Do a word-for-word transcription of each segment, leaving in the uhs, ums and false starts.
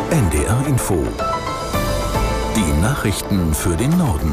N D R Info. Die Nachrichten für den Norden.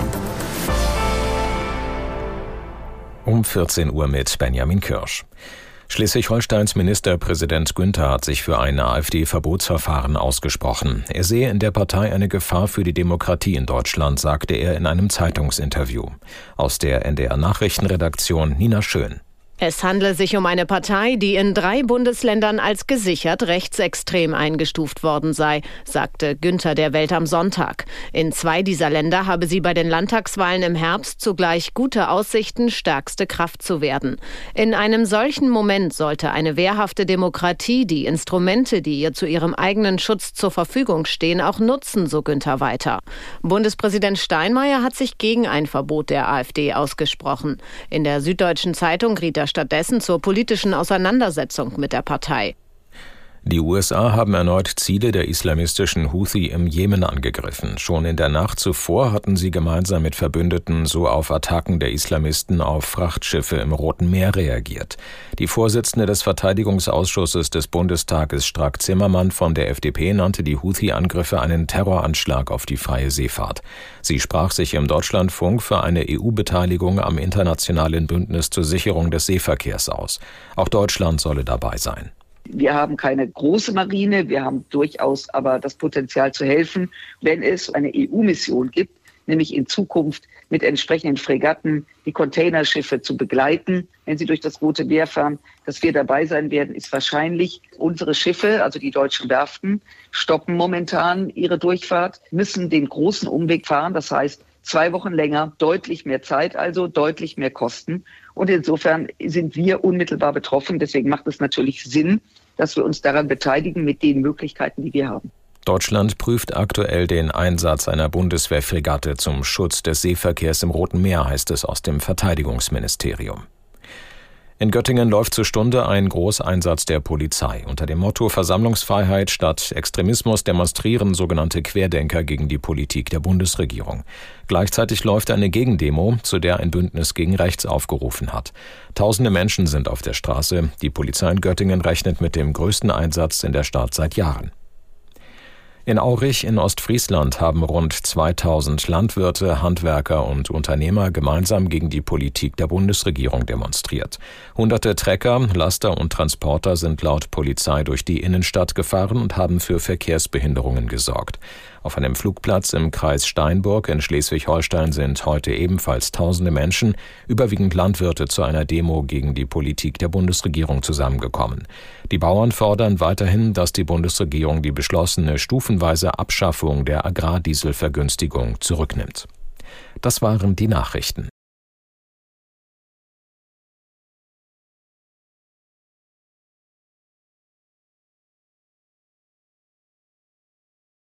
Um vierzehn Uhr mit Benjamin Kirsch. Schleswig-Holsteins Ministerpräsident Günther hat sich für ein AfD-Verbotsverfahren ausgesprochen. Er sehe in der Partei eine Gefahr für die Demokratie in Deutschland, sagte er in einem Zeitungsinterview. Aus der N D R-Nachrichtenredaktion Nina Schön. Es handle sich um eine Partei, die in drei Bundesländern als gesichert rechtsextrem eingestuft worden sei, sagte Günther der Welt am Sonntag. In zwei dieser Länder habe sie bei den Landtagswahlen im Herbst zugleich gute Aussichten, stärkste Kraft zu werden. In einem solchen Moment sollte eine wehrhafte Demokratie die Instrumente, die ihr zu ihrem eigenen Schutz zur Verfügung stehen, auch nutzen, so Günther weiter. Bundespräsident Steinmeier hat sich gegen ein Verbot der AfD ausgesprochen. In der Süddeutschen Zeitung riet er stattdessen zur politischen Auseinandersetzung mit der Partei. Die U S A haben erneut Ziele der islamistischen Houthi im Jemen angegriffen. Schon in der Nacht zuvor hatten sie gemeinsam mit Verbündeten so auf Attacken der Islamisten auf Frachtschiffe im Roten Meer reagiert. Die Vorsitzende des Verteidigungsausschusses des Bundestages, Strack-Zimmermann von der F D P, nannte die Houthi-Angriffe einen Terroranschlag auf die freie Seefahrt. Sie sprach sich im Deutschlandfunk für eine E U-Beteiligung am internationalen Bündnis zur Sicherung des Seeverkehrs aus. Auch Deutschland solle dabei sein. Wir haben keine große Marine, wir haben durchaus aber das Potenzial zu helfen, wenn es eine E U-Mission gibt, nämlich in Zukunft mit entsprechenden Fregatten die Containerschiffe zu begleiten, wenn sie durch das Rote Meer fahren. Dass wir dabei sein werden, ist wahrscheinlich. Unsere Schiffe, also die deutschen Werften, stoppen momentan ihre Durchfahrt, müssen den großen Umweg fahren, das heißt zwei Wochen länger, deutlich mehr Zeit, also deutlich mehr Kosten. Und insofern sind wir unmittelbar betroffen. Deswegen macht es natürlich Sinn, dass wir uns daran beteiligen mit den Möglichkeiten, die wir haben. Deutschland prüft aktuell den Einsatz einer Bundeswehrfregatte zum Schutz des Seeverkehrs im Roten Meer, heißt es aus dem Verteidigungsministerium. In Göttingen läuft zur Stunde ein Großeinsatz der Polizei. Unter dem Motto Versammlungsfreiheit statt Extremismus demonstrieren sogenannte Querdenker gegen die Politik der Bundesregierung. Gleichzeitig läuft eine Gegendemo, zu der ein Bündnis gegen rechts aufgerufen hat. Tausende Menschen sind auf der Straße. Die Polizei in Göttingen rechnet mit dem größten Einsatz in der Stadt seit Jahren. In Aurich in Ostfriesland haben rund zweitausend Landwirte, Handwerker und Unternehmer gemeinsam gegen die Politik der Bundesregierung demonstriert. Hunderte Trecker, Laster und Transporter sind laut Polizei durch die Innenstadt gefahren und haben für Verkehrsbehinderungen gesorgt. Auf einem Flugplatz im Kreis Steinburg in Schleswig-Holstein sind heute ebenfalls tausende Menschen, überwiegend Landwirte, zu einer Demo gegen die Politik der Bundesregierung zusammengekommen. Die Bauern fordern weiterhin, dass die Bundesregierung die beschlossene stufenweise Abschaffung der Agrardieselvergünstigung zurücknimmt. Das waren die Nachrichten.